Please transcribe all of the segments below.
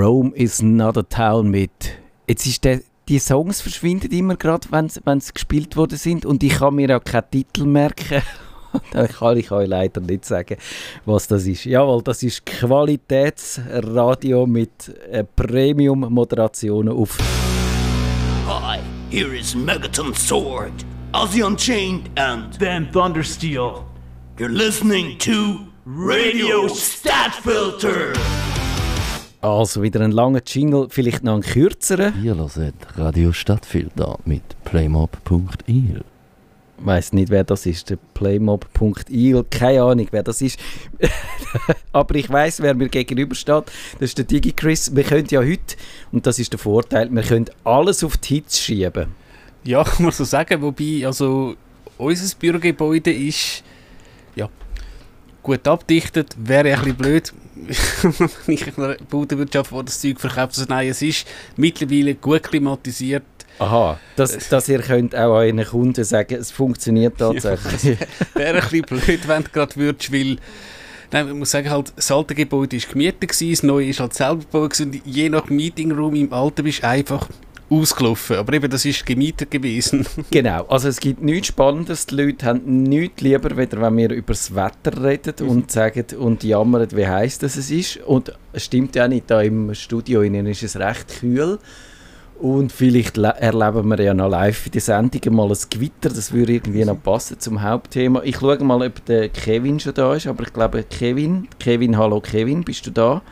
Rome is not a town mit. Jetzt ist die Songs verschwinden immer gerade, wenn sie gespielt worden sind und ich kann mir auch keinen Titel merken. Da kann ich euch leider nicht sagen, was das ist. Jawohl, das ist Qualitätsradio mit Premium-Moderationen auf. Hi, here is Megaton Sword, Ozzy Unchained and Then Thundersteel. You're listening to Radio Stadtfilter. Also wieder ein langer Jingle, vielleicht noch einen kürzeren. Ihr hört Radio Stadtfilter mit playmob.il. Ich weiss nicht, wer das ist, der playmob.il, keine Ahnung, wer das ist. Aber ich weiss, wer mir gegenübersteht. Das ist der DigiChris. Wir können ja heute, und das ist der Vorteil, wir können alles auf die Hits schieben. Ja, kann man so sagen, wobei also unser Bürogebäude ist ja, gut abdichtet, wäre ein bisschen blöd, wenn ich in einer Baudenwirtschaft, wo das Zeug verkauft, also nein, es ist mittlerweile gut klimatisiert. Aha, dass ihr könnt auch euren Kunden sagen, es funktioniert tatsächlich. Ja, wäre ein bisschen blöd, wenn du gerade würdest, weil nein, ich muss sagen, halt, das alte Gebäude war gemietet, das neue ist halt selber gebaut und je nach Meetingroom im alten bist du einfach ausgelaufen. Aber eben, das ist gemietet gewesen. Genau, also es gibt nichts Spannendes. Die Leute haben nichts lieber, wenn wir über das Wetter reden und sagen und jammern, wie heiß das es ist. Und es stimmt ja nicht, da im Studio innen ist es recht kühl. Und vielleicht erleben wir ja noch live in der Sendung mal ein Gewitter. Das würde irgendwie noch passen zum Hauptthema. Ich schaue mal, ob der Kevin schon da ist. Aber ich glaube, Kevin, hallo Kevin, bist du da?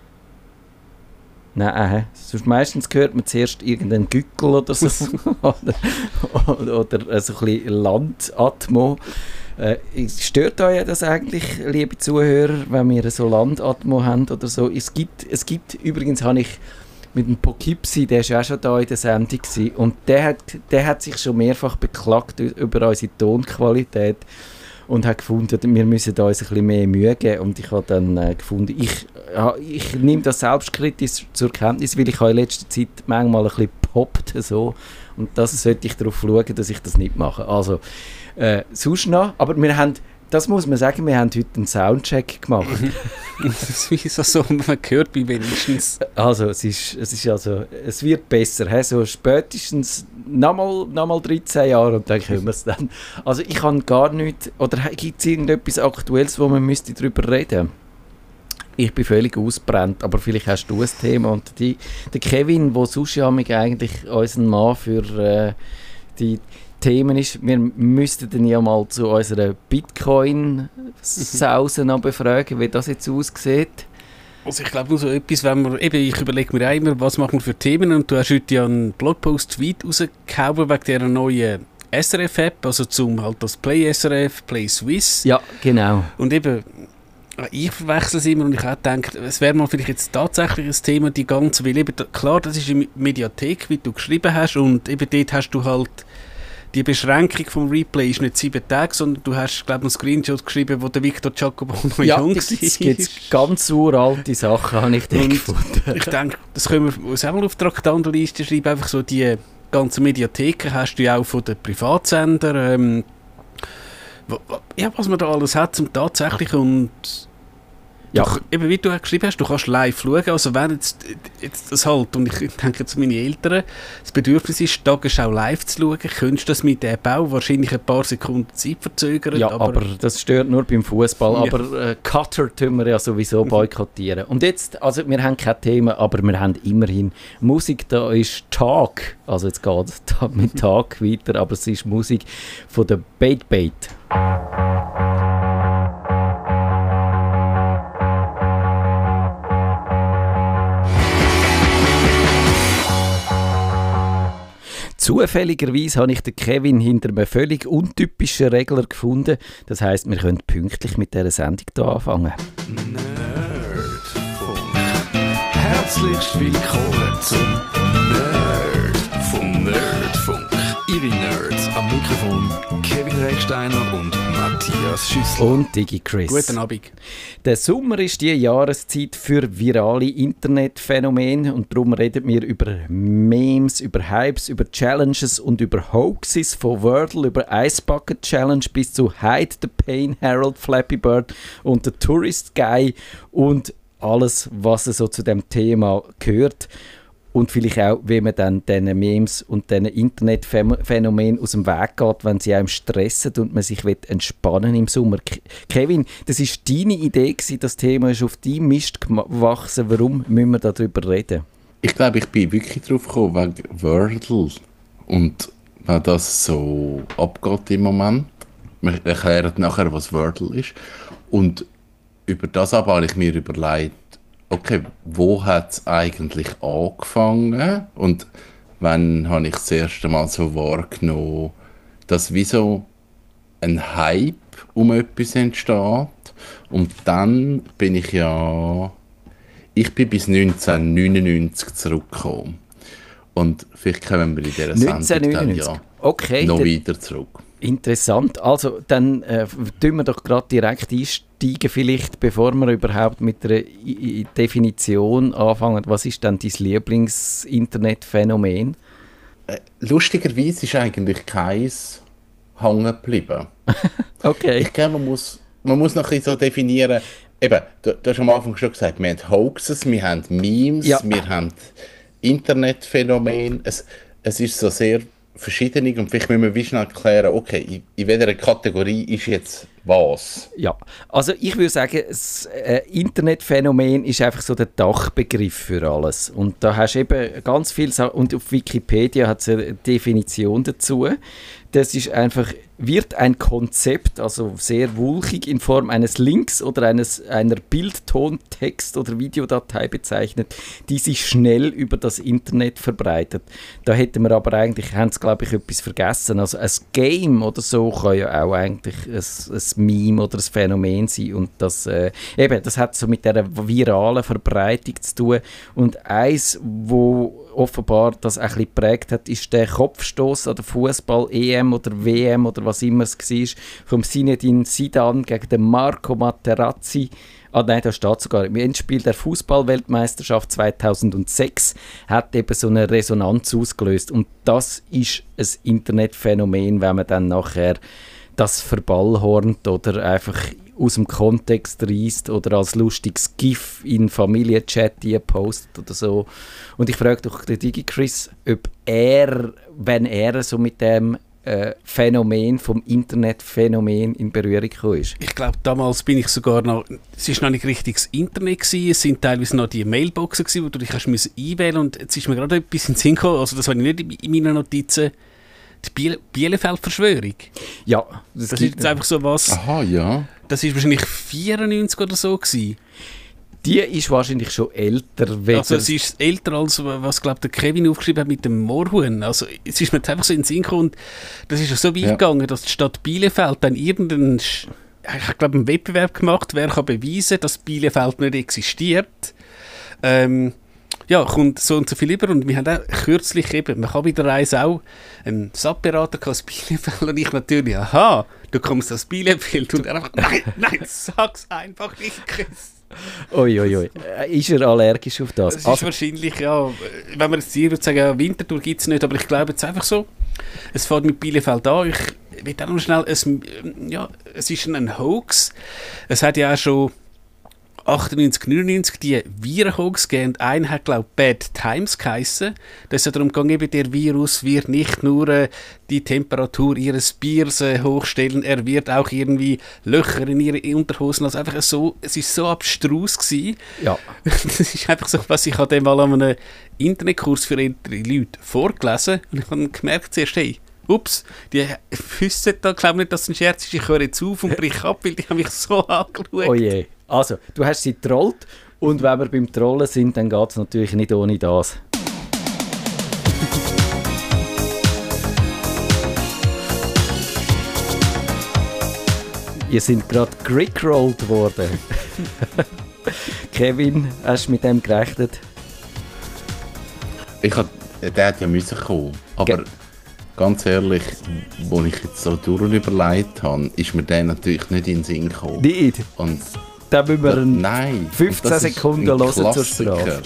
Nein, sonst meistens hört man zuerst irgendeinen Gückel oder so. oder so ein bisschen Landatmo. Stört euch das eigentlich, liebe Zuhörer, wenn wir so Landatmo haben oder so? Es gibt übrigens, habe ich mit dem Poughkeepsie, der war auch schon da in der Sendung gewesen, und der hat sich schon mehrfach beklagt über unsere Tonqualität und hat gefunden, wir müssen uns ein bisschen mehr Mühe geben. Und ich habe dann gefunden, ich nehme das selbstkritisch zur Kenntnis, weil ich habe in letzter Zeit manchmal ein bisschen poppt so, und das sollte ich darauf schauen, dass ich das nicht mache. Also, sonst noch, aber wir haben, das muss man sagen, wir haben heute einen Soundcheck gemacht. Das ist so, man hört bei wenigstens. Also, es wird besser. He? So spätestens nochmal 13 Jahre und dann können wir es dann. Also ich habe gar nichts, oder gibt es irgendetwas Aktuelles, wo man müsste darüber reden? Ich bin völlig ausgebrannt, aber vielleicht hast du ein Thema. Und der Kevin, der sonst ja eigentlich unser Mann für die Themen ist, wir müssten dann ja mal zu unserer Bitcoin-Sause noch befragen, wie das jetzt aussieht. Also ich glaube nur so etwas, wenn man, eben, ich überlege mir auch immer, was machen wir für Themen, und du hast heute ja einen Blogpost-Tweet rausgehauen wegen dieser neuen SRF-App, also zum halt das Play SRF, Play Swiss. Ja, genau. Und eben, ich verwechsel es immer und ich habe gedacht, es wäre mal vielleicht jetzt tatsächlich ein Thema, die ganze, weil eben, klar, das ist eine Mediathek, wie du geschrieben hast, und eben dort hast du halt die Beschränkung vom Replay ist nicht 7 Tage, sondern du hast, glaube ich, einen Screenshot geschrieben, wo der Victor Giacomo noch jung war. Ja, es gibt ganz uralte Sachen, habe ich da gefunden. Ich denke, das können wir uns auch mal auf die Traktandenliste schreiben. Einfach so die ganzen Mediatheken hast du ja auch von den Privatsendern. Ja, was man da alles hat zum tatsächlich, und ja. Eben wie du geschrieben hast, du kannst live schauen, also wenn jetzt das halt, und ich denke jetzt meine Eltern, das Bedürfnis ist, Tagesschau live zu schauen, könntest du das mit dem Bau wahrscheinlich ein paar Sekunden Zeit verzögern. Ja, aber das stört nur beim Fußball. Ja. Aber Cutter tun wir ja sowieso boykottieren. Und jetzt, also wir haben kein Thema, aber wir haben immerhin Musik, da ist Tag, also jetzt geht es mit Tag weiter, aber es ist Musik von der Bait Bait. Zufälligerweise habe ich den Kevin hinter einem völlig untypischen Regler gefunden. Das heisst, wir können pünktlich mit dieser Sendung hier anfangen. Nerdfunk. Herzlich willkommen zum vom Nerdfunk. Ihre Nerds am Mikrofon Kevin Rechsteiner und Matthias Schüssler. Und DigiChris. Guten Abend. Der Sommer ist die Jahreszeit für virale Internetphänomene, und darum reden wir über Memes, über Hypes, über Challenges und über Hoaxes, von Wordle über Ice Bucket Challenge bis zu Hide the Pain, Harold Flappy Bird und The Tourist Guy und alles, was so zu dem Thema gehört. Und vielleicht auch, wie man dann diesen Memes und diesen Internetphänomenen aus dem Weg geht, wenn sie einem stressen und man sich entspannen im Sommer. Kevin, das war deine Idee gewesen, das Thema ist auf deinem Mist gewachsen. Warum müssen wir darüber reden? Ich glaube, ich bin wirklich drauf gekommen, wegen Wordle. Und wenn das so abgeht im Moment, wir erklären nachher, was Wordle ist. Und über das aber habe ich mir überlegt, okay, wo hat es eigentlich angefangen? Und wann habe ich das erste Mal so wahrgenommen, dass wie so ein Hype um etwas entsteht? Und dann bin ich bis 1999 zurückgekommen. Und vielleicht kommen wir in dieser Sendung dann okay, noch weiter zurück. Interessant. Also, dann tun wir doch gerade direkt einsteigen, vielleicht, bevor wir überhaupt mit der Definition anfangen. Was ist denn dein Lieblings-Internetphänomen? Lustigerweise ist eigentlich keins hängen geblieben. Okay. Ich glaube, man muss noch ein bisschen so definieren. Eben, du hast am Anfang schon gesagt, wir haben Hoaxes, wir haben Memes, wir haben Internetphänomene. Es ist so sehr verschiedene und vielleicht müssen wir wie schnell erklären, okay, in welcher Kategorie ist jetzt was? Ja, also ich würde sagen, das Internetphänomen ist einfach so der Dachbegriff für alles. Und da hast du eben ganz viel, und auf Wikipedia hat es eine Definition dazu. Das ist einfach, wird ein Konzept, also sehr wulchig, in Form eines Links oder einer Bild-, Ton-, Text- oder Videodatei bezeichnet, die sich schnell über das Internet verbreitet. Da hätten wir aber eigentlich, haben sie glaube ich etwas vergessen. Also ein Game oder so kann ja auch eigentlich ein Meme oder ein Phänomen sein. Und das hat so mit dieser viralen Verbreitung zu tun. Und eins, wo offenbar das ein bisschen geprägt hat, ist der Kopfstoß an der Fußball-EM oder WM oder was immer es war, vom Zinedine Zidane gegen den Marco Materazzi. Nein, da steht sogar, im Endspiel der Fußball-Weltmeisterschaft 2006 hat eben so eine Resonanz ausgelöst. Und das ist ein Internetphänomen, wenn man dann nachher das verballhornt oder einfach aus dem Kontext reißt oder als lustiges GIF in Familienchat postet oder so. Und ich frage doch den DigiChris, ob wenn er so mit dem Phänomen vom Internetphänomen in Berührung gekommen ist. Ich glaube, damals bin ich sogar noch, es war noch nicht richtig das Internet gewesen, es sind teilweise noch die Mailboxen gewesen, wo du dich hast einwählen und jetzt ist mir gerade etwas in den Sinn gekommen, also das habe ich nicht in meinen Notizen, die Bielefeld-Verschwörung. Ja. Das ist jetzt einfach so was. Aha, ja. Das war wahrscheinlich 94 oder so gewesen. Die ist wahrscheinlich schon älter. Also es ist älter als was glaube der Kevin aufgeschrieben hat mit dem Moorhuhn. Also es ist mir jetzt einfach so in den Sinn gekommen und das ist ja so weit gegangen, dass die Stadt Bielefeld dann irgendeinen, ich glaube, einen Wettbewerb gemacht, wer kann beweisen, dass Bielefeld nicht existiert. Kommt so und so viel über und wir haben auch kürzlich eben, man kann bei der Reise auch einen SAP-Berater aus Bielefeld und ich natürlich, aha, du kommst aus Bielefeld und er einfach, nein, sag's einfach nicht, Chris. Uiuiui. Ist er allergisch auf das? Das ist wahrscheinlich, ja, wenn man jetzt hier würde sagen, ja, Winterthur gibt es nicht, aber ich glaube jetzt einfach so, es fährt mit Bielefeld an, ich will auch noch schnell, es ist ein Hoax, es hat ja auch schon 98, 99 die Viren-Hoax gegeben. Einer hat, glaube ich, Bad Times geheissen. Das ist ja darum gegangen, eben, der Virus wird nicht nur die Temperatur ihres Biers hochstellen, er wird auch irgendwie Löcher in ihre Unterhosen. Also einfach so, es war so abstrus gewesen. Ja. Das ist einfach so, was ich habe mal an einem Internetkurs für ältere Leute vorgelesen und ich habe gemerkt zuerst, hey, ups, die wissen da, glaube nicht, dass es ein Scherz ist, ich höre jetzt auf und brich ab, weil die haben mich so angeschaut. Oh je. Also, du hast sie getrollt und wenn wir beim Trollen sind, dann geht es natürlich nicht ohne das. Ihr seid gerade gerickrollt worden. Kevin, hast du mit dem gerechnet? Der hat ja müssen kommen, aber ganz ehrlich, als ich jetzt so überlegt habe, ist mir der natürlich nicht in den Sinn gekommen. Nicht? Und da müssen wir 15 Sekunden hören zur Sprache.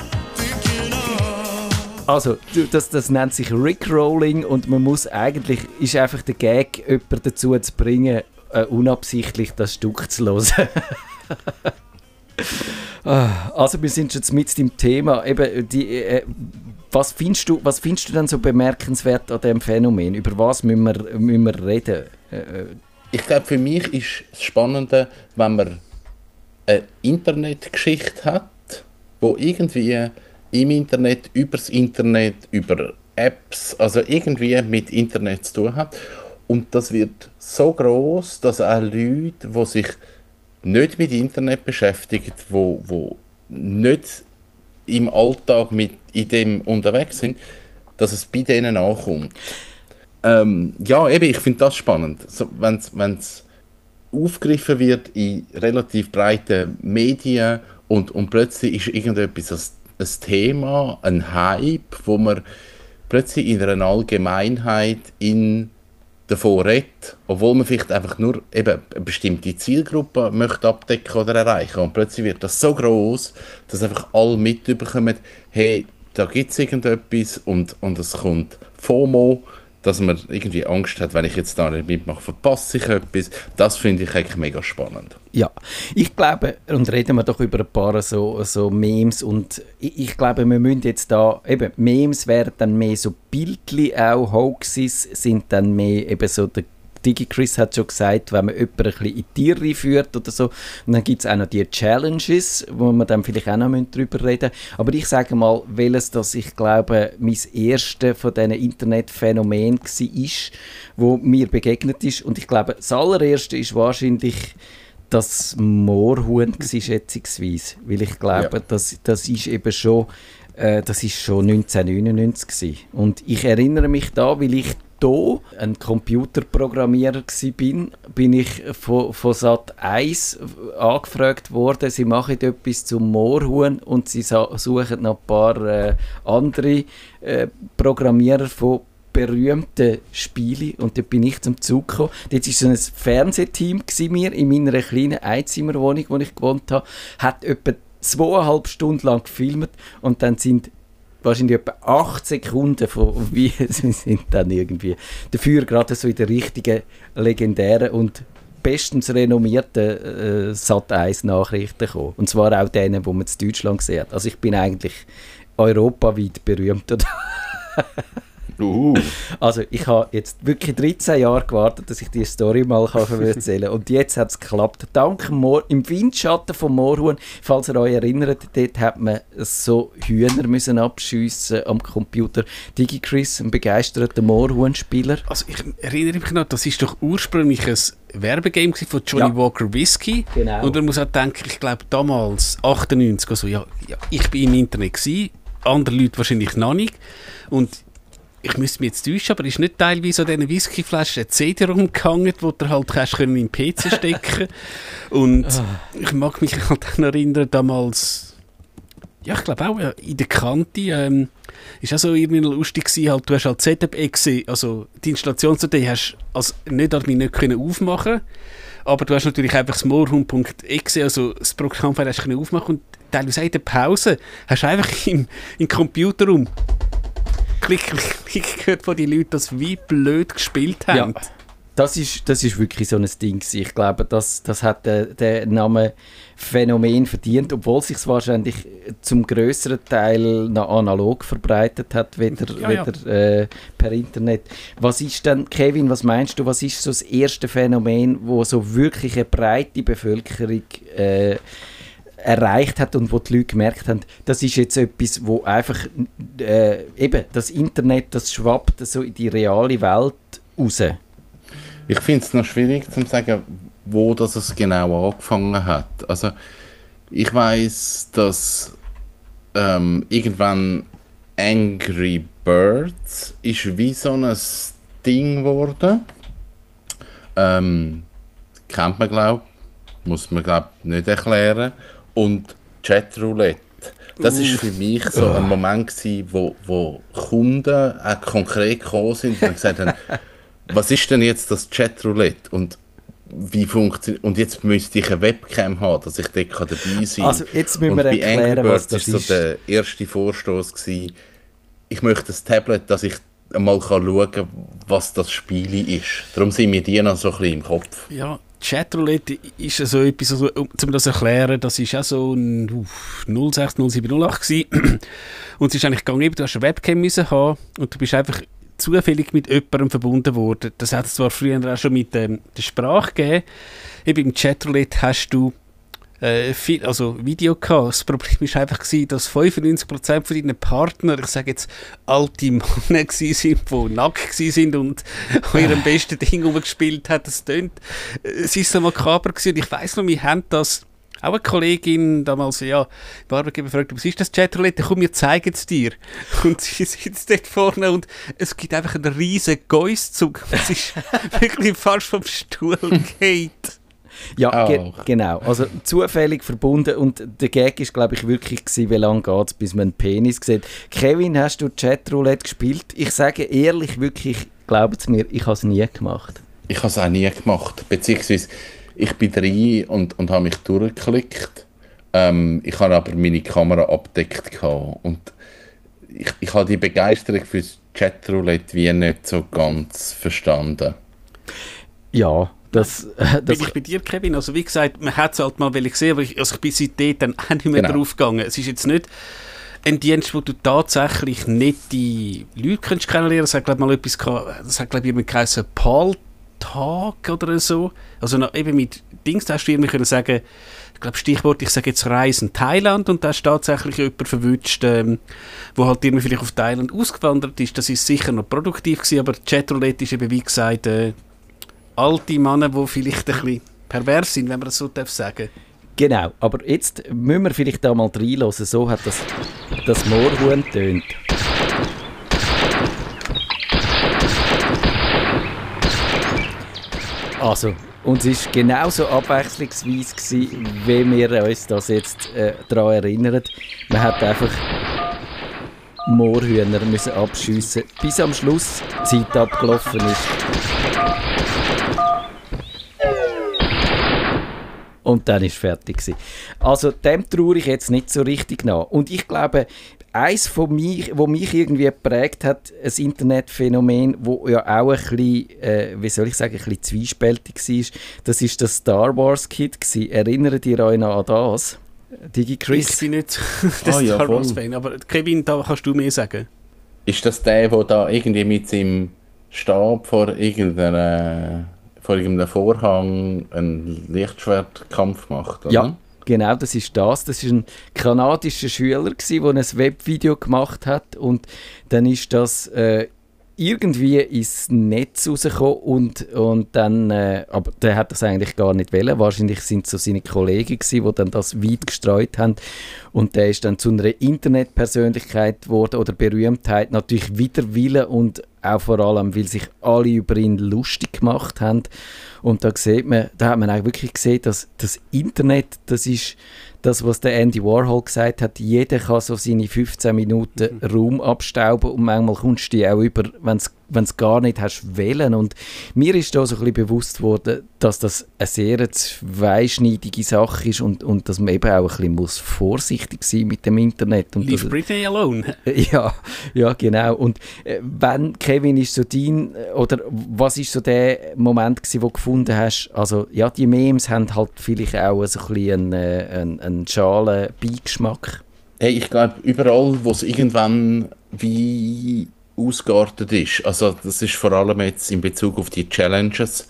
Also, das nennt sich Rickrolling und man muss eigentlich, ist einfach der Gag, jemanden dazu zu bringen, unabsichtlich das Stück zu hören. Also wir sind jetzt mit dem Thema. Eben was findest du denn so bemerkenswert an diesem Phänomen? Über was müssen wir reden? Ich glaube, für mich ist das Spannende, wenn man eine Internetgeschichte hat, wo irgendwie im Internet, übers Internet, über Apps, also irgendwie mit Internet zu tun hat. Und das wird so groß, dass auch Leute, die sich nicht mit Internet beschäftigen, wo nicht im Alltag in dem unterwegs sind, dass es bei denen ankommt. Ja, eben, ich finde das spannend. So, wenn es aufgegriffen wird in relativ breiten Medien und plötzlich ist irgendetwas ein Thema, ein Hype, wo man plötzlich in einer Allgemeinheit davon redet, obwohl man vielleicht einfach nur eben eine bestimmte Zielgruppe möchte abdecken oder erreichen. Und plötzlich wird das so groß, dass einfach alle mitbekommen, hey, da gibt es irgendetwas und es kommt FOMO, dass man irgendwie Angst hat, wenn ich jetzt da nicht mitmache, verpasse ich etwas. Das finde ich eigentlich mega spannend. Ja, ich glaube, und reden wir doch über ein paar so Memes, und ich glaube, wir müssen jetzt da, eben, Memes wären dann mehr so Bildli auch, Hoaxes sind dann mehr eben so der DigiChris hat schon gesagt, wenn man jemanden ein bisschen in die Tiere führt oder so. Und dann gibt es auch noch die Challenges, wo wir dann vielleicht auch noch drüber reden müssen. Aber ich sage mal, welches das, ich glaube, mein erstes von diesen Internetphänomenen war, wo mir begegnet ist. Und ich glaube, das allererste ist wahrscheinlich das Moorhuhn schätzungsweise. Weil ich glaube, ja, das ist eben schon, das ist schon 1999 gewesen. Und ich erinnere mich da, weil ich hier ein Computerprogrammierer war, bin ich von Sat.1 angefragt worden, sie machen etwas zum Moorhuhn und sie suchen noch ein paar andere Programmierer von berühmten Spielen, und dort bin ich zum Zug gekommen. Dort war so ein Fernsehteam mir in meiner kleinen Einzimmerwohnung, wo ich gewohnt habe, hat etwa 2,5 Stunden lang gefilmt, und dann sind wahrscheinlich etwa 8 Sekunden von wie sie sind dann irgendwie dafür gerade so in der richtigen, legendären und bestens renommierten Sat.1 Nachrichten gekommen. Und zwar auch denen, die man in Deutschland gesehen hat. Also ich bin eigentlich europaweit berühmt. Also ich habe jetzt wirklich 13 Jahre gewartet, dass ich die Story mal erzählen kann. Und jetzt hat es geklappt. Dank im Windschatten vom Moorhuhn, falls ihr euch erinnert, dort hat man so Hühner müssen abschiessen am Computer. DigiChris, ein begeisterter Moorhuhnspieler. Also ich erinnere mich noch, das ist doch ursprünglich ein Werbegame von Johnny Walker Whisky. Genau. Und man muss auch denken, ich glaube damals, 98, also ja, ich bin im Internet gewesen, andere Leute wahrscheinlich noch nicht. Und ich müsste mich jetzt täuschen, aber ist nicht teilweise an diesen Whiskyflaschen eine CD rumgehangen, wo du halt kannst in den PC stecken. Und ich mag mich halt dann erinnern, damals, ja, ich glaube auch in der Kante, ist auch so irgendwie lustig gewesen, halt, du hast halt ZFE, also die Installationsdatei hast also nicht aufmachen, aber du hast natürlich einfach das moorhuhn.exe, also das Programm hast du aufmachen, und teilweise in der Pause hast du einfach im Computer Klick gehört von den Leuten, dass wie blöd gespielt haben. Ja, das ist wirklich so ein Ding gewesen. Ich glaube, das hat den Namen Phänomen verdient, obwohl es sich wahrscheinlich zum grösseren Teil noch analog verbreitet hat, weder per Internet. Was ist denn, Kevin, was meinst du, was ist so das erste Phänomen, wo so wirklich eine breite Bevölkerung erreicht hat und wo die Leute gemerkt haben, das ist jetzt etwas, wo einfach eben das Internet, das schwappt so in die reale Welt raus? Ich finde es noch schwierig zu sagen, wo das es genau angefangen hat. Also ich weiss, dass irgendwann Angry Birds ist wie so ein Ding geworden. Kennt man, glaube ich, muss man, glaube ich, nicht erklären. Und Chatroulette. Das war für mich so ein Moment gewesen, wo Kunden auch konkret gekommen sind und gesagt haben, was ist denn jetzt das Chatroulette? Und wie funktioniert, und jetzt müsste ich eine Webcam haben, dass ich dort dabei sein kann. Also jetzt müssen wir erklären, was das ist. Das war so der erste Vorstoß gewesen. Ich möchte ein Tablet, dass ich einmal schauen kann, was das Spiel ist. Darum sind mir die noch so ein bisschen im Kopf. Ja, Chatroulette ist so etwas, also, um das zu erklären, das ist auch so ein 06, 07, 08 gewesen. Und es ist eigentlich gegangen, du hast eine Webcam müssen haben und du bist einfach zufällig mit jemandem verbunden worden. Das hat es zwar früher auch schon mit der Sprache gegeben. Eben im Chatroulette hast du Video gehabt. Das Problem war einfach, dass 95% von deinen Partnern, ich sage jetzt, alte Männer waren, die nackt waren und ihrem besten Ding rumgespielt haben. Es ist so makaber gewesen. Und ich weiss noch, wir haben das, auch eine Kollegin damals, ja, die Arbeitgeber gefragt, was ist das Chatroulette? Komm, wir zeigen es dir. Und sie sitzt dort vorne und es gibt einfach einen riesen Geuszug. Es ist wirklich fast vom Stuhl geht. Ja, genau. Also zufällig verbunden und der Gag ist, glaube ich, wirklich gewesen, wie lange geht es, bis man einen Penis sieht. Kevin, hast du Chatroulette gespielt? Ich sage ehrlich, wirklich, glaubt mir, ich habe es nie gemacht. Ich habe es auch nie gemacht, beziehungsweise ich bin rein und habe mich durchgeklickt. Ich habe aber meine Kamera abgedeckt gehabt und ich habe die Begeisterung für das Chatroulette wie nicht so ganz verstanden. Ja, das bin ich bei dir, Kevin? Also wie gesagt, man hat es halt mal gesehen, aber ich bin seitdem dann auch nicht mehr drauf gegangen. Es ist jetzt nicht ein Dienst, wo du tatsächlich nicht die Leute kennenlernen kannst. Es hat, glaube ich, mal etwas gehabt, das hat, glaube ich, jemand geheißen Paltag oder so. Also eben mit Dings, da hast du irgendwie können sagen, ich glaube Stichwort, ich sage jetzt Reisen Thailand und da hast du tatsächlich jemanden verwünscht, wo halt irgendwie vielleicht auf Thailand ausgewandert ist. Das ist sicher noch produktiv gewesen, aber Chatroulette ist eben, wie gesagt, alte Männer, die vielleicht ein bisschen pervers sind, wenn man das so sagen darf. Genau, aber jetzt müssen wir vielleicht da mal reinhören. So hat das Moorhuhn tönt. Also, und es war genauso abwechslungsweise gewesen, wie wir uns das jetzt daran erinnern. Man hat einfach Moorhühner müssen abschiessen, bis am Schluss die Zeit abgelaufen ist. Und dann war es fertig gewesen. Also dem traue ich jetzt nicht so richtig nach. Und ich glaube, eins von mich, was mich irgendwie geprägt hat, ein Internetphänomen, das ja auch ein bisschen, wie soll ich sagen, ein bisschen zwiespältig war, das war das Star Wars Kid gewesen. Erinnert ihr euch noch an das? Digi Chris? Ich bin nicht der Star Wars Fan, aber Kevin, da kannst du mehr sagen. Ist das der da irgendwie mit seinem Stab vor irgendeinem Vorhang einen Lichtschwertkampf macht, oder? Ja, genau, das ist das. Das war ein kanadischer Schüler, der ein Webvideo gemacht hat und dann ist das irgendwie ins Netz rausgekommen und dann, aber der hat das eigentlich gar nicht wollen. Wahrscheinlich sind es so seine Kollegen gewesen, die dann das weit gestreut haben und der ist dann zu einer Internetpersönlichkeit geworden oder Berühmtheit, natürlich wider Willen und auch vor allem, weil sich alle über ihn lustig gemacht haben. Und da hat man auch wirklich gesehen, dass das Internet, das ist das, was der Andy Warhol gesagt hat, jeder kann so seine 15 Minuten Raum abstauben und manchmal kommst du die auch über, wenn es gar nicht hast wollen. Und mir ist da so ein bisschen bewusst worden, dass das eine sehr zweischneidige Sache ist und dass man eben auch ein bisschen vorsichtig sein mit dem Internet. Und Leave Britney alone. Ja, genau. Und wenn, Kevin, ist so oder was ist so der Moment gewesen, wo du gefunden hast, also ja, die Memes haben halt vielleicht auch so ein bisschen einen schalen Beigeschmack. Hey, ich glaube, überall, wo es irgendwann wie ausgeartet ist, also das ist vor allem jetzt in Bezug auf die Challenges,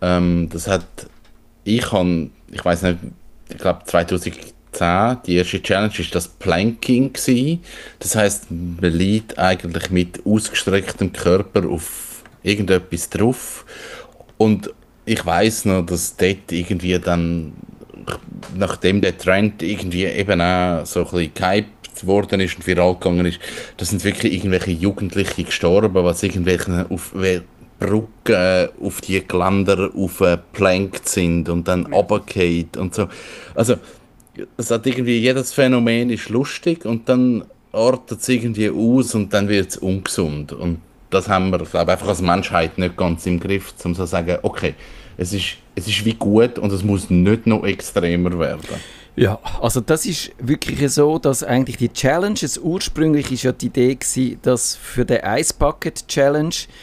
ich weiß nicht, ich glaube 2010, die erste Challenge ist das Planking gewesen. Das heisst, man liegt eigentlich mit ausgestrecktem Körper auf irgendetwas drauf und ich weiss noch, dass dort irgendwie dann, nachdem der Trend irgendwie eben auch so ein bisschen gehypt worden ist und viral gegangen ist, da sind wirklich irgendwelche Jugendliche gestorben, was irgendwelche auf Brücken auf die Geländer aufgeplankt sind und dann runtergefallen und so. Also, es hat irgendwie, jedes Phänomen ist lustig und dann artet es irgendwie aus und dann wird es ungesund. Und das haben wir, glaube ich, einfach als Menschheit nicht ganz im Griff, um so zu sagen, okay, es ist wie gut und es muss nicht noch extremer werden. Ja, also das ist wirklich so, dass eigentlich die Challenges, ursprünglich ist ja die Idee gewesen, dass für den Ice Bucket Challenge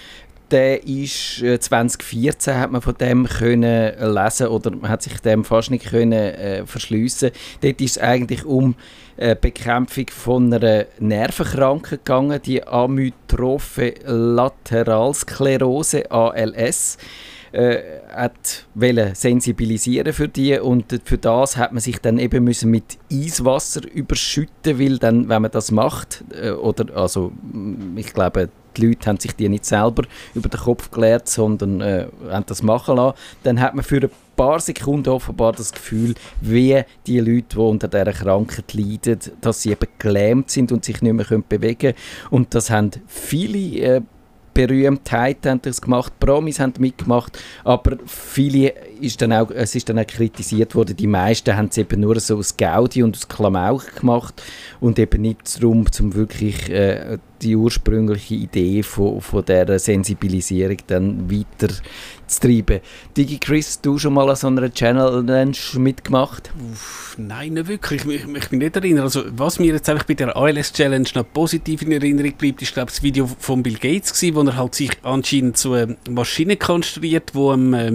der ist 2014 hat man von dem können lesen oder man hat sich dem fast nicht können verschliessen. Dort ist es eigentlich um Bekämpfung von einer Nervenkrankheit gegangen, die Amyotrophe Lateralsklerose, ALS. Wollte sensibilisieren für die und für das hat man sich dann eben müssen mit Eiswasser überschütten, weil dann, wenn man das macht, ich glaube, die Leute haben sich die nicht selber über den Kopf geleert, sondern haben das machen lassen, dann hat man für ein paar Sekunden offenbar das Gefühl, wie die Leute, die unter dieser Krankheit leiden, dass sie eben gelähmt sind und sich nicht mehr bewegen können. Und das haben viele Berühmtheiten haben das gemacht, Promis haben mitgemacht, aber es ist dann auch kritisiert worden, die meisten haben es eben nur so aus Gaudi und aus Klamauk gemacht und eben nicht darum, um wirklich die ursprüngliche Idee von dieser Sensibilisierung dann weiter zu treiben. Digi Chris, du schon mal an so einer Challenge mitgemacht? Nein, nicht wirklich. Ich mich nicht erinnern. Also, was mir jetzt einfach bei der ALS-Challenge noch positiv in Erinnerung bleibt, ist, glaube ich, das Video von Bill Gates gewesen, wo er halt sich anscheinend so eine Maschine konstruiert, wo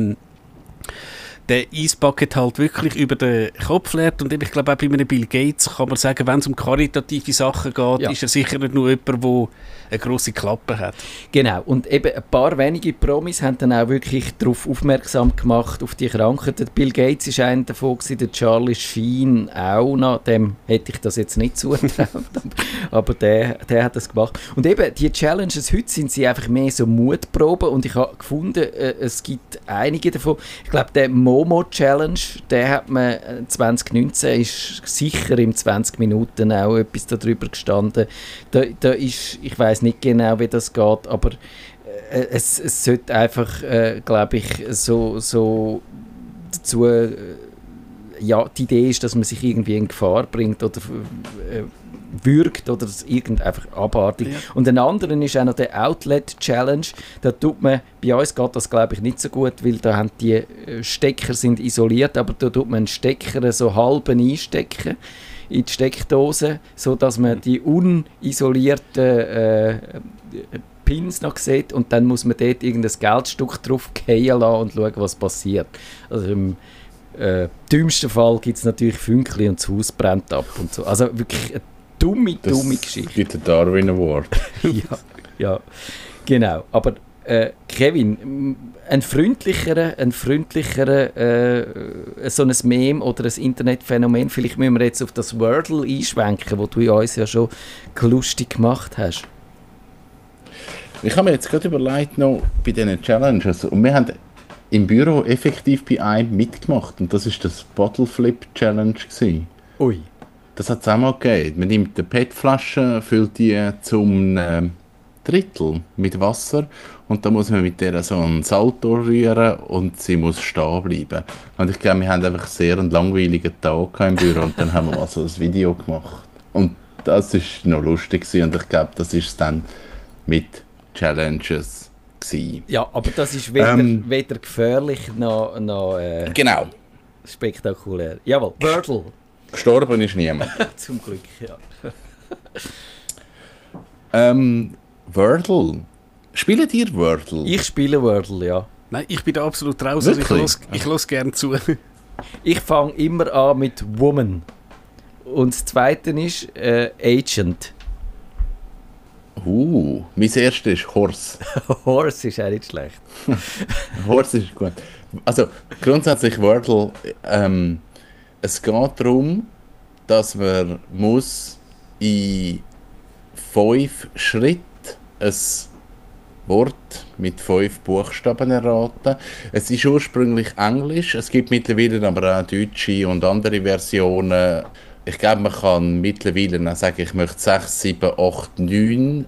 der Eisbucket halt wirklich über den Kopf leert. Und ich glaube, auch bei einem Bill Gates kann man sagen, wenn es um karitative Sachen geht, ist er sicher nicht nur jemand, der eine grosse Klappe hat. Genau, und eben ein paar wenige Promis haben dann auch wirklich darauf aufmerksam gemacht, auf die Krankheit. Der Bill Gates war einer davon, der Charlie Sheen auch noch, dem hätte ich das jetzt nicht zugetraut, aber der hat das gemacht. Und eben, die Challenges heute sind sie einfach mehr so Mutproben und ich habe gefunden, es gibt einige davon. Ich glaube, der Momo Challenge, der hat man 2019, ist sicher in 20 Minuten auch etwas darüber gestanden. Da ist, ich weiss nicht genau, wie das geht, aber es sollte einfach, glaube ich, so dazu, die Idee ist, dass man sich irgendwie in Gefahr bringt oder würgt oder es einfach abartig. Ja. Und ein anderer ist auch noch der Outlet Challenge. Da tut man, bei uns geht das glaube ich nicht so gut, weil da haben die Stecker sind isoliert, aber da tut man einen Stecker so halb einstecken in die Steckdose, sodass man die unisolierten Pins noch sieht und dann muss man dort irgendein Geldstück drauf fallen lassen und schauen, was passiert. Also im dümmsten Fall gibt es natürlich Fünkli und das Haus brennt ab und so. Also wirklich eine dumme Geschichte. Es gibt den Darwin Award. ja, genau. Aber Kevin, ein freundlicherer so ein Meme oder ein Internetphänomen, vielleicht müssen wir jetzt auf das Wordle einschwenken, wo du uns ja schon lustig gemacht hast. Ich habe mir jetzt gerade überlegt, noch bei diesen Challenges, und wir haben im Büro effektiv bei einem mitgemacht, und das war das Bottle Flip Challenge gewesen. Ui. Das hat es auch mal gegeben. Man nimmt eine PET-Flasche, füllt die zum Drittel mit Wasser und dann muss man mit der so einen Salto rühren und sie muss stehen bleiben. Und ich glaube, wir haben einfach sehr einen langweiligen Tag im Büro und dann haben wir mal so ein Video gemacht. Und das war noch lustig gewesen, und ich glaube, das ist dann mit Challenges gewesen. Ja, aber das ist weder gefährlich noch genau. Spektakulär. Jawohl, Wordle. Gestorben ist niemand. Zum Glück, ja. Wordle. Spielt ihr Wordle? Ich spiele Wordle, ja. Nein, ich bin da absolut raus. Also ich höre gerne zu. Ich fange immer an mit Woman. Und das zweite ist Agent. Mein erstes ist Horse. Horse ist auch nicht schlecht. Horse ist gut. Also grundsätzlich Wordle, es geht darum, dass man muss in 5 Schritten ein Wort mit 5 Buchstaben erraten. Es ist ursprünglich Englisch, es gibt mittlerweile aber auch deutsche und andere Versionen. Ich glaube, man kann mittlerweile auch sagen, ich möchte 6, 7, 8, 9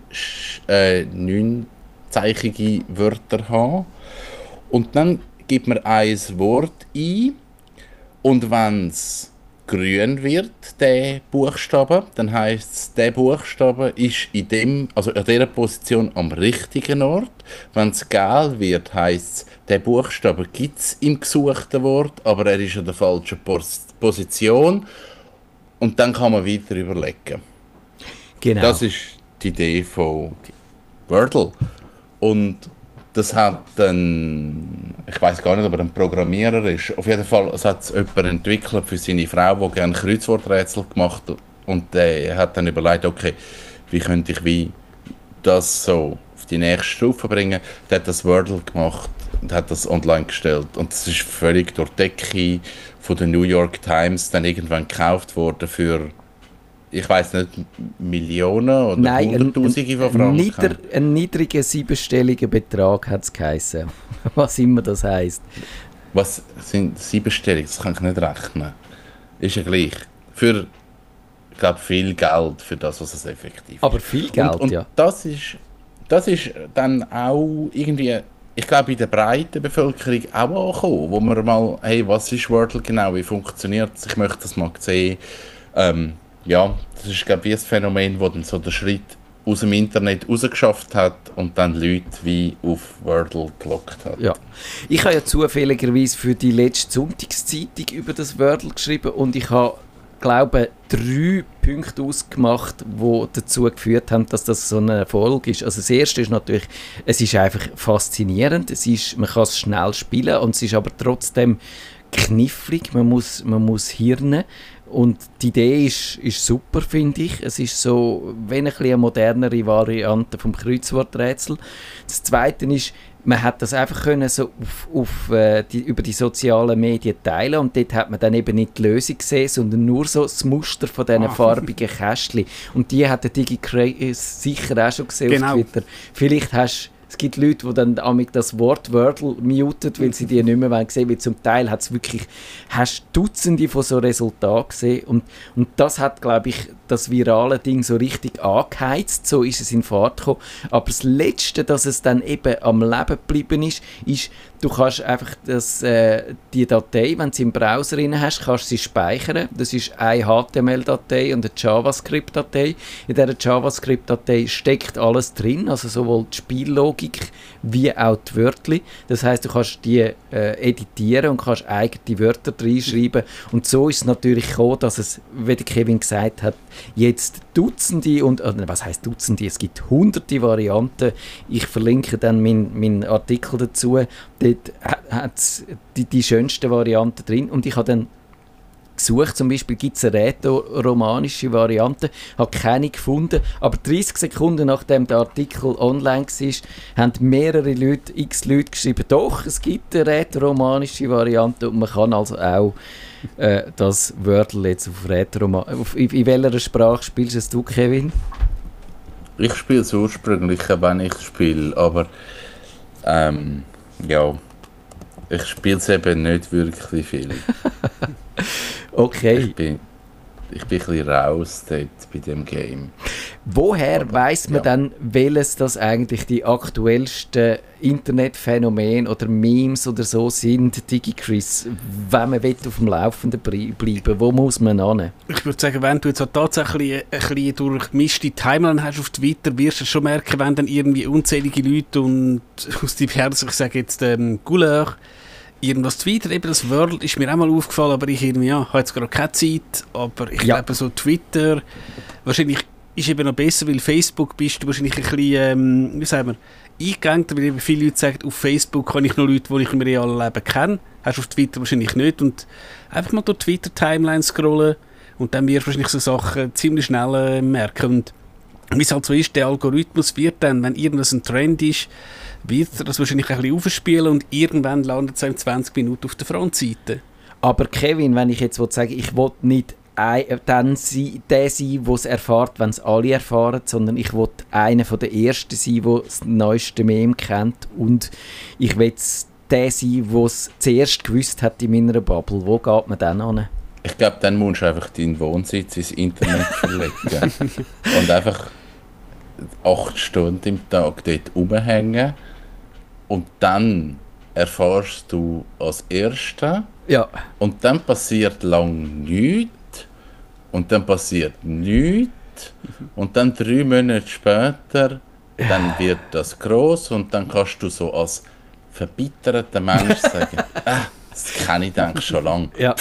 zeichige Wörter haben. Und dann gibt man ein Wort ein. Und wenn es grün wird, der Buchstabe, dann heisst es, der Buchstabe ist an dieser Position am richtigen Ort. Wenn es gelb wird, heisst es, der Buchstabe gibt es im gesuchten Wort, aber er ist an der falschen Position. Und dann kann man weiter überlegen. Genau. Das ist die Idee von Wordle. Und das hat dann, ich weiß gar nicht, ob er ein Programmierer ist. Auf jeden Fall, es hat jemand entwickelt für seine Frau, die gerne Kreuzworträtsel gemacht hat. Und der hat dann überlegt, okay, wie könnte ich das so auf die nächste Stufe bringen. Der hat das Wordle gemacht und hat das online gestellt. Und das ist völlig durch die Decke von der New York Times dann irgendwann gekauft worden für, ich weiß nicht, Millionen oder Hunderttausende von Franken. Ein niedriger siebenstelliger Betrag hat es geheißen. Was immer das heisst. Was sind Siebenstellungen? Das kann ich nicht rechnen. Ist ja gleich. Für, ich glaube, viel Geld für das, was es effektiv ist. Aber viel Geld, und ja. Das ist dann auch irgendwie, ich glaube, in der breiten Bevölkerung auch angekommen, wo man mal, hey, was ist Wordle genau, wie funktioniert es, ich möchte das mal sehen. Ja, das ist, glaube ich, ein Phänomen, das dann so den Schritt aus dem Internet rausgeschafft hat und dann Leute wie auf Wordle gelockt hat. Ja. Ich habe ja zufälligerweise für die letzte Sonntagszeitung über das Wordle geschrieben und ich habe, glaube 3 Punkte ausgemacht, die dazu geführt haben, dass das so ein Erfolg ist. Also das erste ist natürlich, es ist einfach faszinierend, man kann es schnell spielen und es ist aber trotzdem knifflig, man muss hirnen. Und die Idee ist super, finde ich. Es ist so, wenn eine modernere Variante vom Kreuzworträtsel. Das Zweite ist, man hat das einfach können so über die sozialen Medien teilen und dort hat man dann eben nicht die Lösung gesehen, sondern nur so das Muster von diesen farbigen Kästchen. Und die hat der DigiCraze sicher auch schon gesehen auf Twitter. Vielleicht es gibt Leute, die dann das Wort Wordle muten, weil sie die nicht mehr sehen wollen, weil zum Teil hast du Dutzende von so Resultaten gesehen und das hat, glaube ich, das virale Ding so richtig angeheizt, so ist es in Fahrt gekommen. Aber das Letzte, dass es dann eben am Leben geblieben ist, du kannst einfach die Datei, wenn du sie im Browser drin hast, kannst du sie speichern. Das ist eine HTML-Datei und eine JavaScript-Datei. In dieser JavaScript-Datei steckt alles drin, also sowohl die Spiellogik wie auch die Wörter. Das heisst, du kannst die editieren und kannst eigene Wörter reinschreiben. Und so ist es natürlich gekommen, dass es, wie Kevin gesagt hat, jetzt Dutzende was heisst Dutzende? Es gibt hunderte Varianten. Ich verlinke dann meinen Artikel dazu. Dort hat es die schönsten Varianten drin. Und ich habe dann gesucht, zum Beispiel gibt es eine rätoromanische Variante, habe keine gefunden, aber 30 Sekunden nachdem der Artikel online war, haben mehrere Leute, x Leute geschrieben, doch, es gibt eine rätoromanische Variante und man kann also auch das Wordle jetzt auf in welcher Sprache spielst du, Kevin? Ich spiele es ursprünglich, wenn ich spiele, aber ja, ich spiele es eben nicht wirklich viel. Okay. Ich bin ein bisschen raus dort bei dem Game. Woher weiss man dann, welches das eigentlich die aktuellsten Internetphänomene oder Memes oder so sind, DigiChris, wenn man auf dem Laufenden bleiben? Wo muss man hin? Ich würde sagen, wenn du jetzt auch tatsächlich ein bisschen durchgemischte Timeline hast auf Twitter, wirst du schon merken, wenn dann irgendwie unzählige Leute und aus diversen, ich sage jetzt Couleur, irgendwas tweeten. Eben das Wordle ist mir auch mal aufgefallen, aber ich irgendwie, habe jetzt gerade keine Zeit. Aber ich glaube, so Twitter, wahrscheinlich ist eben noch besser, weil Facebook bist du wahrscheinlich ein bisschen, wie sagen wir, eingegangen, weil eben viele Leute sagen, auf Facebook kann ich noch Leute, die ich im realen Leben kenne. Hast du auf Twitter wahrscheinlich nicht. Und einfach mal durch Twitter-Timeline scrollen und dann wirst du wahrscheinlich so Sachen ziemlich schnell merken. Und wie es halt so ist, der Algorithmus wird dann, wenn irgendwas ein Trend ist, wird er das wahrscheinlich ein bisschen aufspielen und irgendwann landet es in 20 Minuten auf der Frontseite. Aber Kevin, wenn ich jetzt sagen ich will nicht der sein, der es erfährt, wenn es alle erfahren, sondern ich will einer der Ersten sein, der das neueste Meme kennt und ich will der sein, der es zuerst gewusst hat in meiner Bubble. Wo geht man dann hin? Ich glaube, dann musst du einfach deinen Wohnsitz ins Internet verlegen und einfach 8 Stunden im Tag dort rumhängen. Und dann erfährst du als Erster. Ja. Und dann passiert lang nichts. Und dann passiert nichts. Und dann 3 Monate später, dann wird das gross. Und dann kannst du so als verbitterter Mensch sagen, das kenne ich eigentlich schon lange. Ja,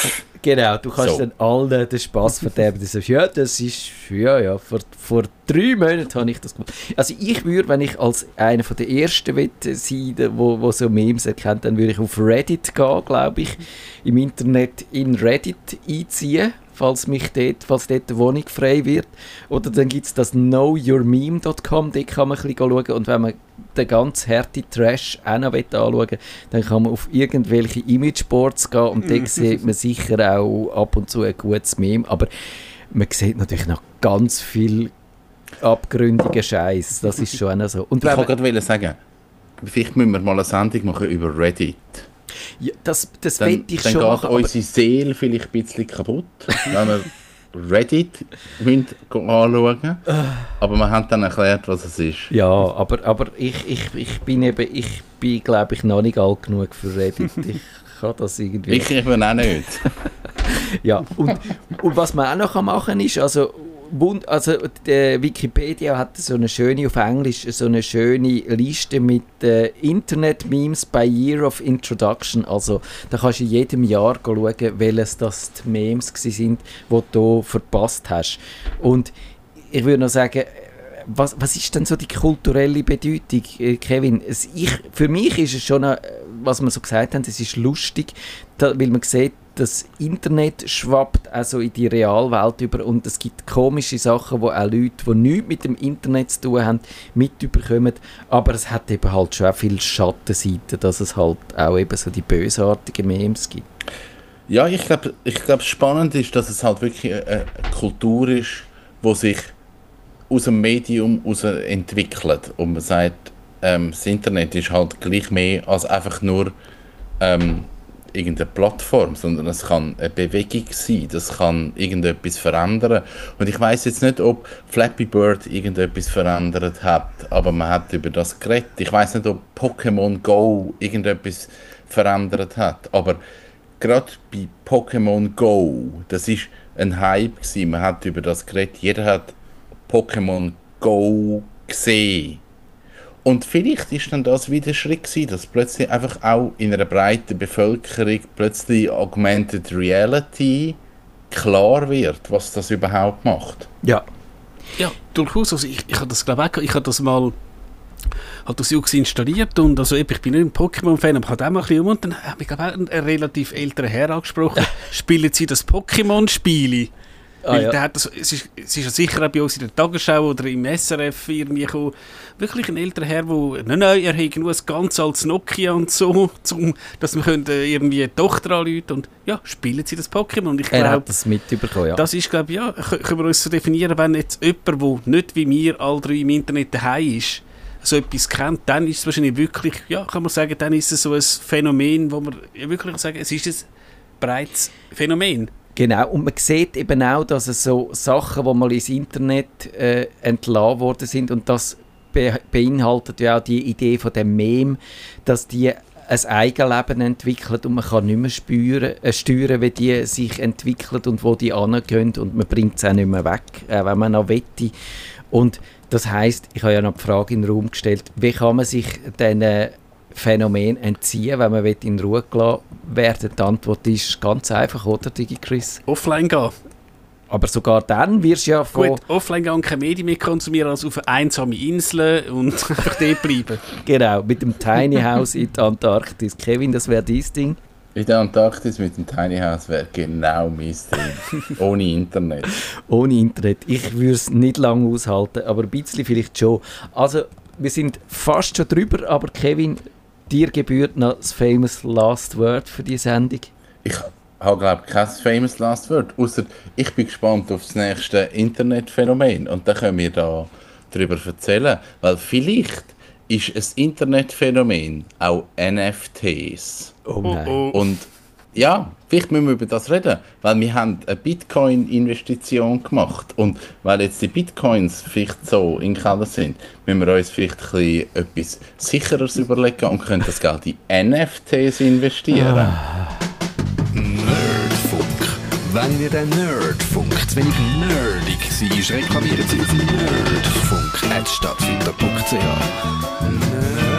Genau, du kannst dann allen den Spass verderben. Du sagst, ja, das ist, vor 3 Monaten habe ich das gemacht. Also ich würde, wenn ich als einer von der ersten sein will, wo so Memes erkennt, dann würde ich auf Reddit gehen, glaube ich, im Internet in Reddit einziehen, falls dort eine Wohnung frei wird. Oder dann gibt es das knowyourmeme.com, dort kann man ein bisschen schauen. Und wenn man den ganz harten Trash auch noch anschauen will, dann kann man auf irgendwelche Imageboards gehen und dort sieht man sicher auch ab und zu ein gutes Meme. Aber man sieht natürlich noch ganz viel abgründigen Scheiß. Das ist schon auch so. Und ich wollte gerade sagen, vielleicht müssen wir mal eine Sendung machen über Reddit. Ja, das will ich schon machen. Dann geht unsere Seele vielleicht ein bisschen kaputt, wenn wir Reddit anschauen. Aber wir haben dann erklärt, was es ist. Ja, aber ich bin glaube ich, noch nicht alt genug für Reddit. Ich kann das irgendwie... Ich eben auch nicht. Ja, und was man auch noch machen kann, ist, also die Wikipedia hat so eine schöne, auf Englisch, so eine schöne Liste mit Internet-Memes by Year of Introduction. Also da kannst du in jedem Jahr schauen, welches das die Memes waren, die du verpasst hast. Und ich würde noch sagen, was ist denn so die kulturelle Bedeutung, Kevin? Für mich ist es schon, was wir so gesagt haben, es ist lustig, weil man sieht, das Internet schwappt also in die Realwelt über und es gibt komische Sachen, wo auch Leute, die nichts mit dem Internet zu tun haben, mitbekommen. Aber es hat eben halt schon auch viele Schattenseiten, dass es halt auch eben so die bösartigen Memes gibt. Ja, ich glaube, spannend ist, dass es halt wirklich eine Kultur ist, die sich aus dem Medium heraus entwickelt. Und man sagt, das Internet ist halt gleich mehr als einfach nur irgendeine Plattform, sondern es kann eine Bewegung sein, das kann irgendetwas verändern. Und ich weiss jetzt nicht, ob Flappy Bird irgendetwas verändert hat, aber man hat über das geredet. Ich weiss nicht, ob Pokémon Go irgendetwas verändert hat, aber gerade bei Pokémon Go, das ist ein Hype gewesen, man hat über das geredet, jeder hat Pokémon Go gesehen. Und vielleicht ist dann das wieder ein Schritt gewesen, dass plötzlich einfach auch in einer breiten Bevölkerung plötzlich Augmented Reality klar wird, was das überhaupt macht. Ja. Ja, durchaus. Also ich habe das, glaube ich habe das mal das Jux installiert und also ich bin nicht ein Pokémon-Fan, aber ich habe auch mal ein bisschen und dann habe ich glaube einen relativ älteren Herr angesprochen, spielen Sie das Pokémon-Spiel? Weil der hat das, es ist ja sicher auch bei uns in der Tagesschau oder im SRF irgendwie gekommen. Wirklich ein älterer Herr, der er hat nur ein ganz altes Nokia und so, dass wir irgendwie eine Tochter anrufen und ja, spielen Sie das Pokémon. Und ich er hat das mitbekommen, ja. Das ist, glaube ich, ja, können wir uns so definieren, wenn jetzt jemand, der nicht wie wir alle drei im Internet daheim ist, so etwas kennt, dann ist es wahrscheinlich wirklich, ja, kann man sagen, dann ist es so ein Phänomen, wo man wirklich sagen, es ist ein breites Phänomen. Genau, und man sieht eben auch, dass es so Sachen, die mal ins Internet entlassen worden sind, und das beinhaltet ja auch die Idee von dem Meme, dass die ein Eigenleben entwickeln und man kann nicht mehr steuern, wie die sich entwickeln und wo die hingehen und man bringt es auch nicht mehr weg, wenn man noch wette. Und das heisst, ich habe ja noch die Frage in den Raum gestellt, wie kann man sich diesen Phänomen entziehen, wenn man in Ruhe gelassen werden. Die Antwort ist ganz einfach, oder, DigiChris? Offline gehen. Aber sogar dann wirst du ja von... Gut, offline gehen und keine Medien mehr konsumieren, als auf eine einsame Insel und einfach dort bleiben. Genau, mit dem Tiny House in der Antarktis. Kevin, das wäre dein Ding? In der Antarktis mit dem Tiny House wäre genau mein Ding. Ohne Internet. Ohne Internet. Ich würde es nicht lange aushalten, aber ein bisschen vielleicht schon. Also, wir sind fast schon drüber, aber Kevin, dir gebührt noch das famous Last Word für die Sendung. Ich habe, glaube ich, kein famous Last Word, außer ich bin gespannt auf das nächste Internetphänomen und dann können wir da darüber erzählen, weil vielleicht ist ein Internetphänomen auch NFTs. Oh nein. Und ja, vielleicht müssen wir über das reden, weil wir haben eine Bitcoin-Investition gemacht und weil jetzt die Bitcoins vielleicht so in Keller sind, müssen wir uns vielleicht ein bisschen etwas Sicheres überlegen und können das Geld in NFTs investieren. Nerdfunk. Wenn ihr den Nerdfunk zu wenig nerdig seid, reklamiert sie auf nerdfunk@stadtfilter.ch. Nerd.